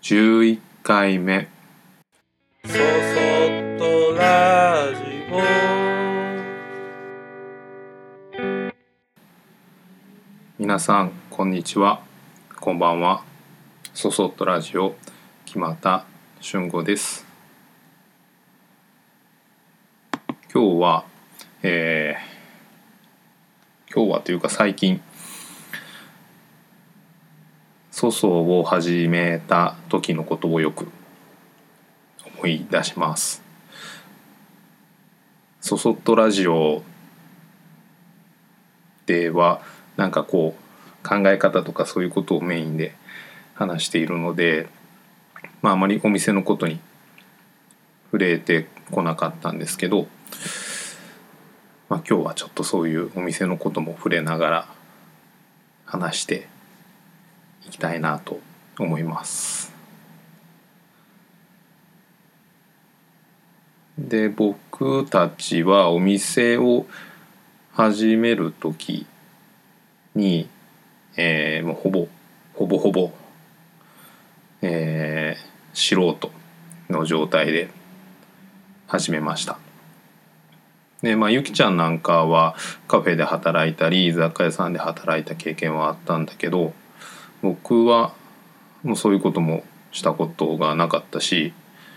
11回目そそっとラジオ。 皆さんこんにちは、こんばんは。そそっとラジオ木又俊吾です。今日はというか最近ソソを始めた時のことをよく思い出します。そそっとラジオではなんかこう考え方とかそういうことをメインで話しているので、あまりお店のことに触れてこなかったんですけど、今日はちょっとそういうお店のことも触れながら話していきたいなと思います。で、僕たちはお店を始める時に、もうほぼ、素人の状態で始めました。で、ゆきちゃんなんかはカフェで働いたり雑貨屋さんで働いた経験はあったんだけど、僕はもうそういうこともしたことがなかったし、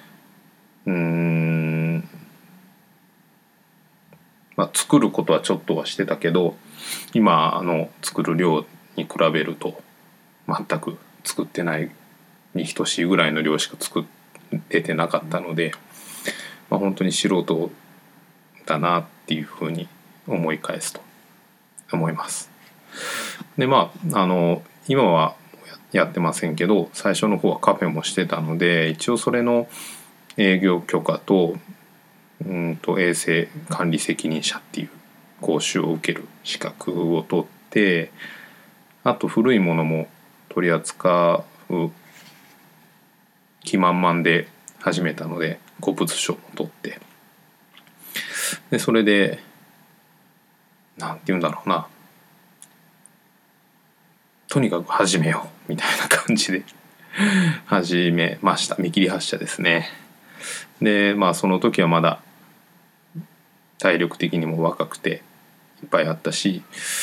作ることはちょっとはしてたけど、今作る量に比べると全く作ってないに等しいぐらいの量しか作れてなかったので、本当に素人だなっていうふうに思い返すと思います。で、今はやってませんけど、最初の方はカフェもしてたので、一応それの営業許可と衛生管理責任者っていう講習を受ける資格を取って、あと古いものも取り扱う気満々で始めたので古物証も取って、でそれでなんて言うんだろうな、とにかく始めようみたいな感じで始めました。見切り発車ですね。でその時はまだ体力的にも若くていっぱいあったし、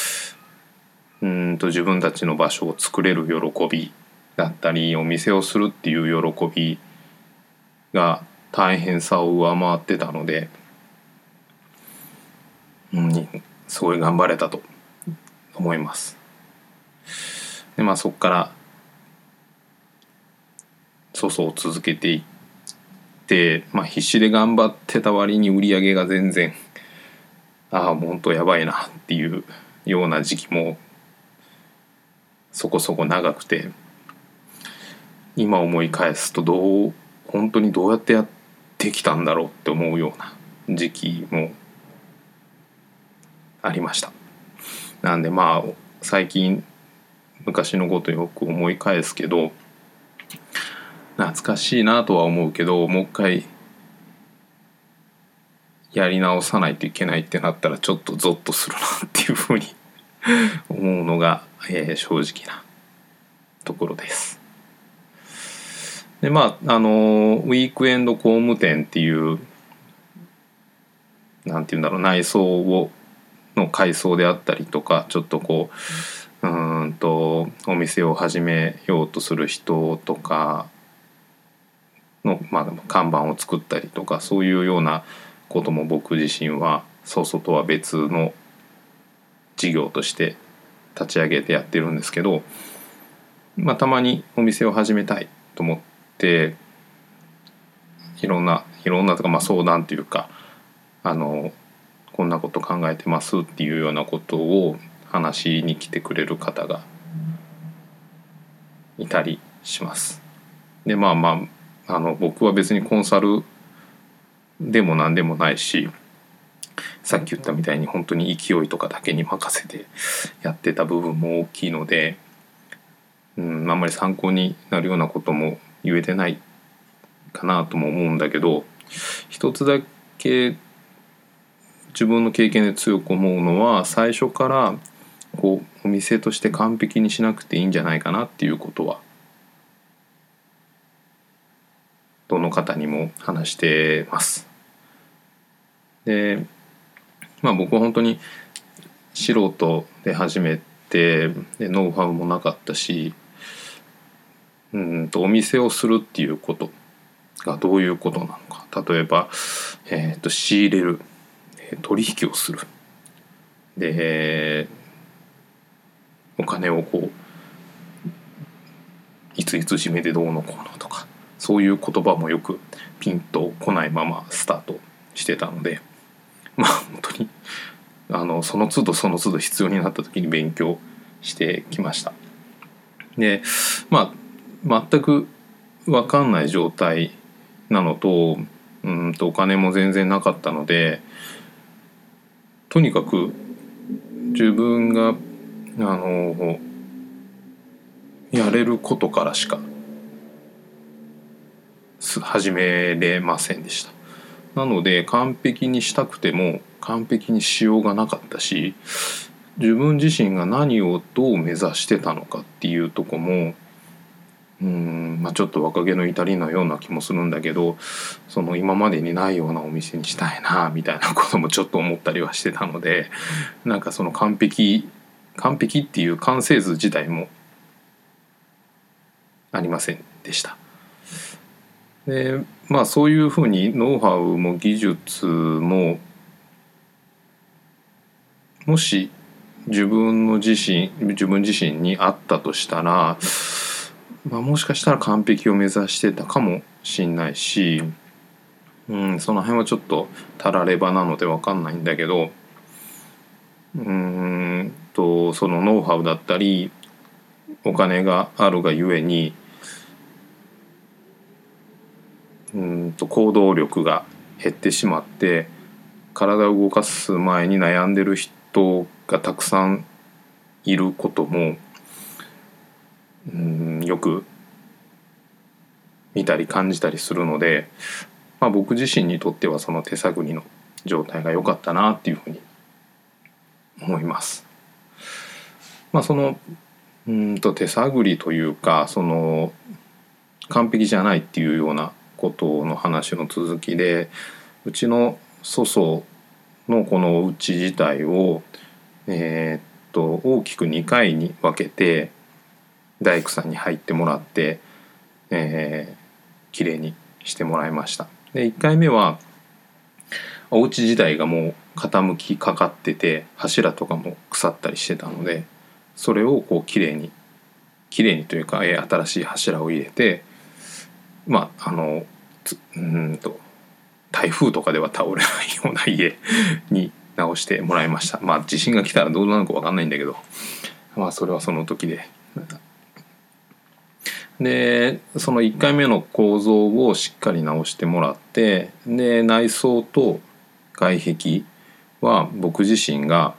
自分たちの場所を作れる喜びだったり、お店をするっていう喜びが大変さを上回ってたので、すごい頑張れたと思います。でそこから粗相を続けていって、必死で頑張ってた割に売り上げが全然もう本当やばいなっていうような時期もそこそこ長くて、今思い返すと本当にどうやってやってきたんだろうって思うような時期もありました。なんで最近昔のことよく思い返すけど、懐かしいなとは思うけど、もう一回やり直さないといけないってなったらちょっとゾッとするなっていうふうに思うのが、正直なところです。でウィークエンド工務店っていうなんていうんだろう、内装の改装であったりとか、ちょっとお店を始めようとする人とかの、看板を作ったりとか、そういうようなことも僕自身はソソとは別の事業として立ち上げてやってるんですけど、たまにお店を始めたいと思っていろんなとか、相談というか、こんなこと考えてますっていうようなことを話しに来てくれる方がいたりします。で僕は別にコンサルでも何でもないし、さっき言ったみたいに本当に勢いとかだけに任せてやってた部分も大きいので、あんまり参考になるようなことも言えてないかなとも思うんだけど、一つだけ自分の経験で強く思うのは、最初からお店として完璧にしなくていいんじゃないかなっていうことはどの方にも話してます。で僕は本当に素人で始めて、でノウハウもなかったし、お店をするっていうことがどういうことなのか、例えば、仕入れる、取引をする、でお金をいついつ締めでどうのこうのとか、そういう言葉もよくピンとこないままスタートしてたので、本当にその都度その都度必要になった時に勉強してきました。で全く分かんない状態なのと、お金も全然なかったので、とにかく自分がやれることからしか始めれませんでした。なので完璧にしたくても完璧にしようがなかったし、自分自身が何をどう目指してたのかっていうとこもちょっと若気の至りのような気もするんだけど、その今までにないようなお店にしたいなみたいなこともちょっと思ったりはしてたので、なんかその完璧っていう完成図自体もありませんでした。でそういうふうにノウハウも技術ももし自分自身にあったとしたら、もしかしたら完璧を目指してたかもしんないし、その辺はちょっとたらればなので分かんないんだけど、そのノウハウだったりお金があるがゆえに行動力が減ってしまって、体を動かす前に悩んでる人がたくさんいることもよく見たり感じたりするので、僕自身にとってはその手探りの状態が良かったなっていうふうに思います。その手探りというか、その完璧じゃないっていうようなことの話の続きで、うちの祖祖のこのお家自体を大きく2回に分けて大工さんに入ってもらって、きれいにしてもらいました。で1回目はお家自体がもう傾きかかってて、柱とかも腐ったりしてたので、それをきれいにというか、新しい柱を入れて、台風とかでは倒れないような家に直してもらいました。地震が来たらどうなるか分かんないんだけど、それはその時で。でその1回目の構造をしっかり直してもらって、で内装と外壁は僕自身が、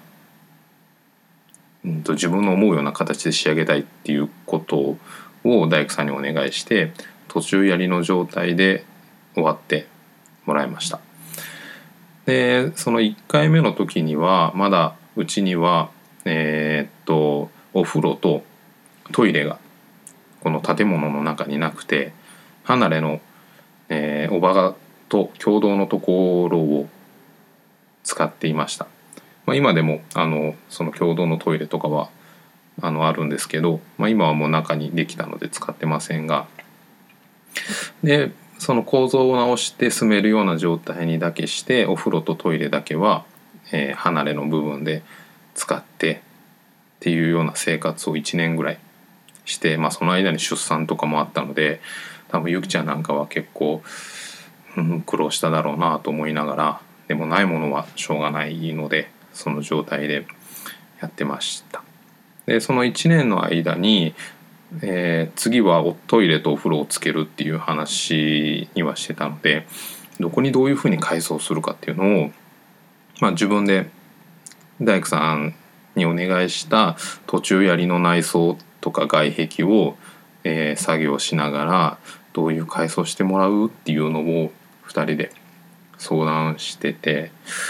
自分の思うような形で仕上げたいっていうことを大工さんにお願いして、途中やりの状態で終わってもらいました。でその1回目の時にはまだうちにはお風呂とトイレがこの建物の中になくて、離れの、おばと共同のところを使っていました。今でもその共同のトイレとかはあるんですけど、今はもう中にできたので使ってませんが、でその構造を直して住めるような状態にだけして、お風呂とトイレだけは、離れの部分で使ってっていうような生活を1年ぐらいして、その間に出産とかもあったので、多分ゆきちゃんなんかは結構、苦労しただろうなと思いながら、でもないものはしょうがないのでその状態でやってました。でその1年の間に、次はトイレとお風呂をつけるっていう話にはしてたので、どこにどういうふうに改装するかっていうのを、自分で大工さんにお願いした途中やりの内装とか外壁を、作業しながらどういう改装してもらうっていうのを2人で相談してて、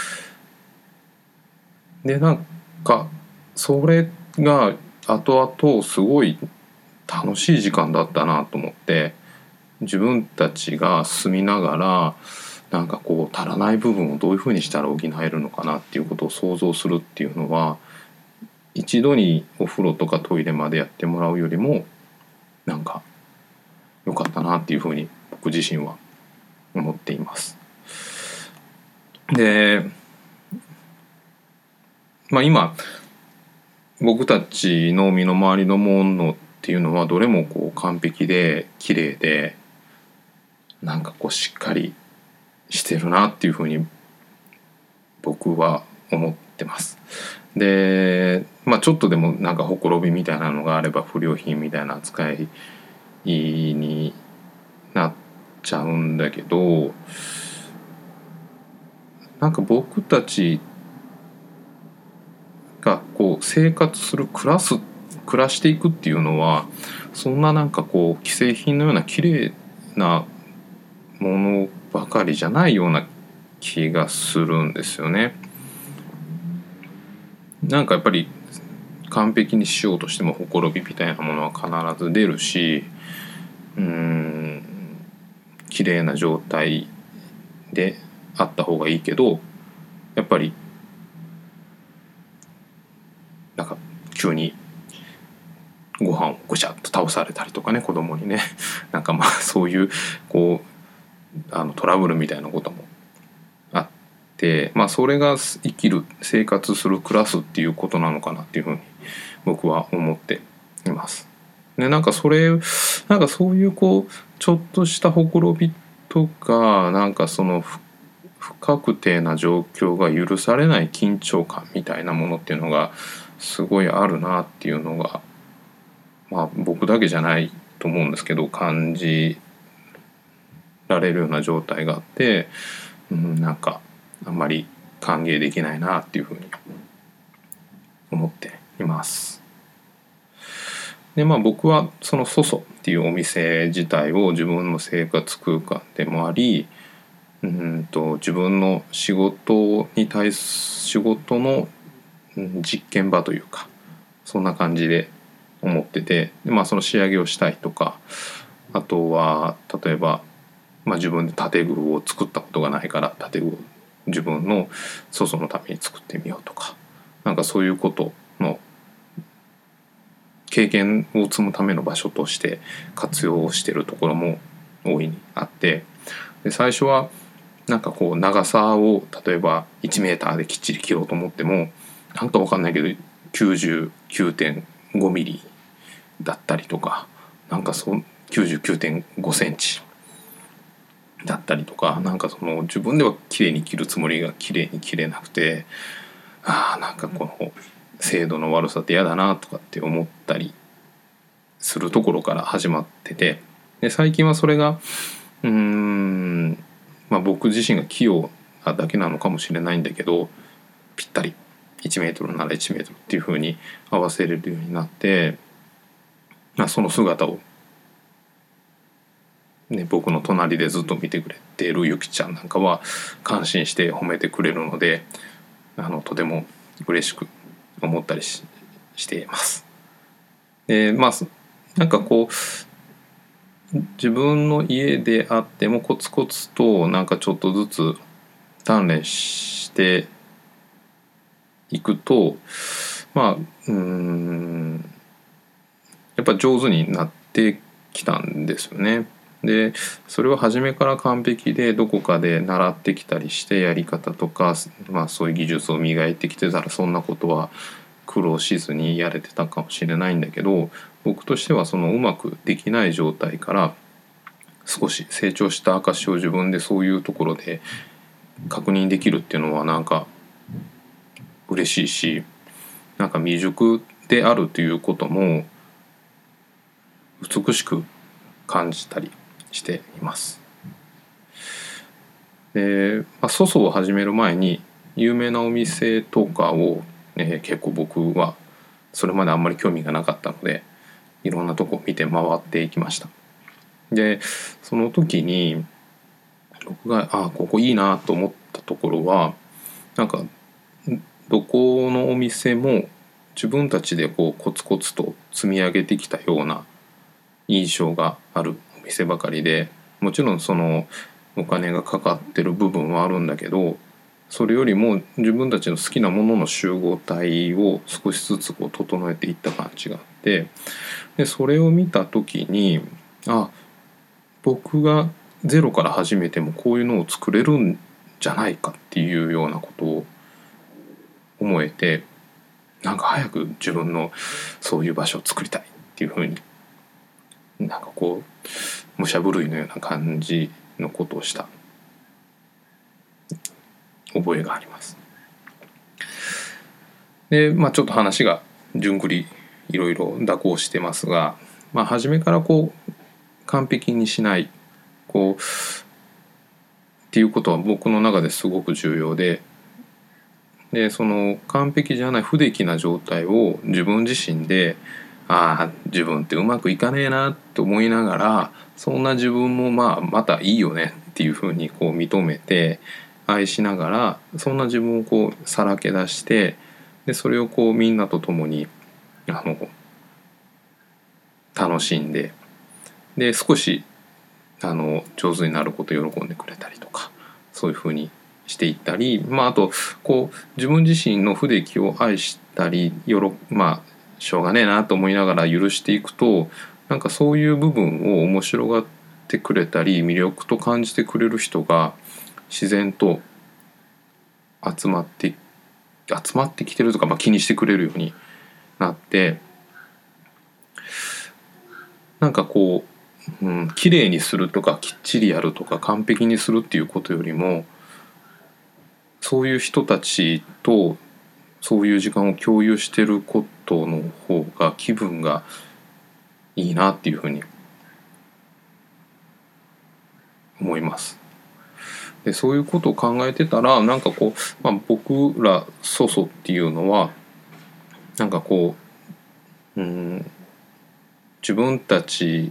でなんかそれが後々すごい楽しい時間だったなと思って、 自分たちが住みながらなんかこう足らない部分をどういうふうにしたら補えるのかなっていうことを想像するっていうのは、一度にお風呂とかトイレまでやってもらうよりもなんか良かったなっていうふうに僕自身は思っています。で、今僕たちの身の回りのものっていうのはどれもこう完璧で綺麗でなんかこうしっかりしてるなっていうふうに僕は思ってます。で、ちょっとでもなんかほころびみたいなのがあれば不良品みたいな扱いになっちゃうんだけど、なんか僕たちがこう生活する暮らしていくっていうのはそんななんかこう既製品のような綺麗なものばかりじゃないような気がするんですよね。なんかやっぱり完璧にしようとしてもほころびみたいなものは必ず出るし、綺麗な状態であった方がいいけど、やっぱりなんか急にご飯をぐしゃっと倒されたりとかね、子供にねなんかそういうこうトラブルみたいなこともあって、それが生きる生活する暮らすっていうことなのかなっていうふうに僕は思っています。でなんかそういうこうちょっとしたほころびとかなんかその不確定な状況が許されない緊張感みたいなものっていうのがすごいあるなっていうのが、僕だけじゃないと思うんですけど感じられるような状態があって、なんかあんまり歓迎できないなっていうふうに思っています。で僕はそのソソっていうお店自体を自分の生活空間でもあり、自分の仕事の実験場というかそんな感じで思ってて、で、その仕上げをしたいとか、あとは例えば、自分で建具を作ったことがないから建具を自分のソソのために作ってみようとか、なんかそういうことの経験を積むための場所として活用してるところも大いにあって、で最初はなんかこう長さを例えば1メーターできっちり切ろうと思ってもなんか分かんないけど 99.5 ミリだったりとか、なんか99.5 センチだったりとか、なんかその自分では綺麗に切るつもりが綺麗に切れなくて、なんかこの精度の悪さって嫌だなとかって思ったりするところから始まってて、で最近はそれが僕自身が器用なだけなのかもしれないんだけど、ぴったり1メートルなら1メートルっていう風に合わせれるようになって、その姿を、僕の隣でずっと見てくれているゆきちゃんなんかは感心して褒めてくれるので、とても嬉しく思ったりしています。でなんかこう自分の家であってもコツコツとなんかちょっとずつ鍛錬していくとやっぱ上手になってきたんですよね。でそれは初めから完璧でどこかで習ってきたりしてやり方とか、そういう技術を磨いてきてたらそんなことは苦労しずにやれてたかもしれないんだけど、僕としてはそのうまくできない状態から少し成長した証を自分でそういうところで確認できるっていうのはなんか嬉しいし、なんか未熟であるということも美しく感じたりしています。で、ソソを始める前に有名なお店とかを、結構僕はそれまであんまり興味がなかったのでいろんなとこ見て回っていきました。でその時に僕がここいいなと思ったところは、なんかどこのお店も自分たちでこうコツコツと積み上げてきたような印象があるお店ばかりで、もちろんそのお金がかかってる部分はあるんだけど、それよりも自分たちの好きなものの集合体を少しずつこう整えていった感じがあって、でそれを見た時に、僕がゼロから始めてもこういうのを作れるんじゃないかっていうようなことを思えて、なんか早く自分のそういう場所を作りたいっていうふうに、なんかこう武者震いのような感じのことをした覚えがあります。でちょっと話が順繰りいろいろ蛇行してますが、初めからこう完璧にしないっていうことは僕の中ですごく重要で、その完璧じゃない不出来な状態を自分自身で自分ってうまくいかねえなって思いながら、そんな自分もまたいいよねっていうふうにこう認めて愛しながら、そんな自分をこうさらけ出して、でそれをこうみんなと共に楽しんで、で少し上手になることを喜んでくれたりとか、そういうふうにしていったり、あとこう自分自身の不出来を愛したりしょうがねえなと思いながら許していくと、なんかそういう部分を面白がってくれたり魅力と感じてくれる人が自然と集まってきてるとか、気にしてくれるようになって、なんかこう綺麗にするとかきっちりやるとか完璧にするっていうことよりも、そういう人たちとそういう時間を共有してることの方が気分がいいなっていうふうに思います。でそういうことを考えてたら、なんかこう、僕らソソっていうのはなんかこう自分たち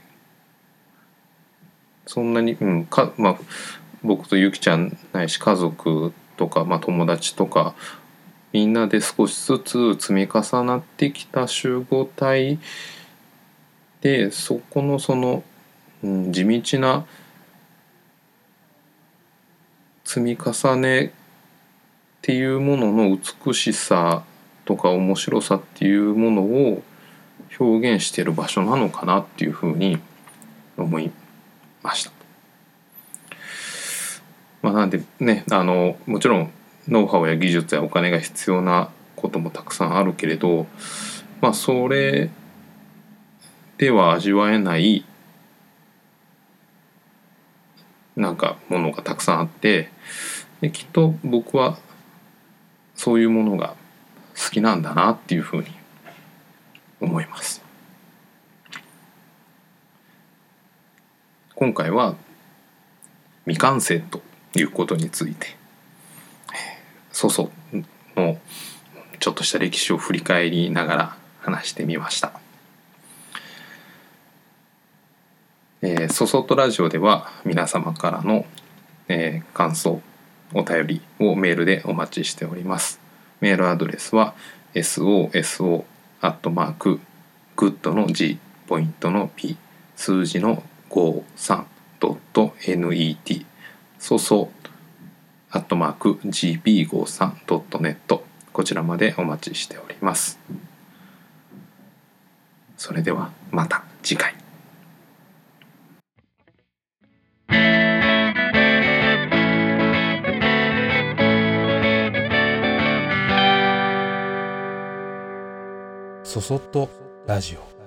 そんなに、僕とゆきちゃんないし家族とか、友達とかみんなで少しずつ積み重なってきた集合体で、そこのその、地道な積み重ねっていうものの美しさとか面白さっていうものを表現している場所なのかなっていうふうに思いました。なんでね、もちろんノウハウや技術やお金が必要なこともたくさんあるけれど、それでは味わえないなんかものがたくさんあって、できっと僕はそういうものが好きなんだなっていうふうに思います。今回は未完成ということについてのちょっとした歴史を振り返りながら話してみました。ソソトラジオでは皆様からの、感想お便りをメールでお待ちしております。メールアドレスは soso@good の G ポイントの P 数字の 53.net ソソ@gp53.net こちらまでお待ちしております。それではまた次回。 そそっとラジオ。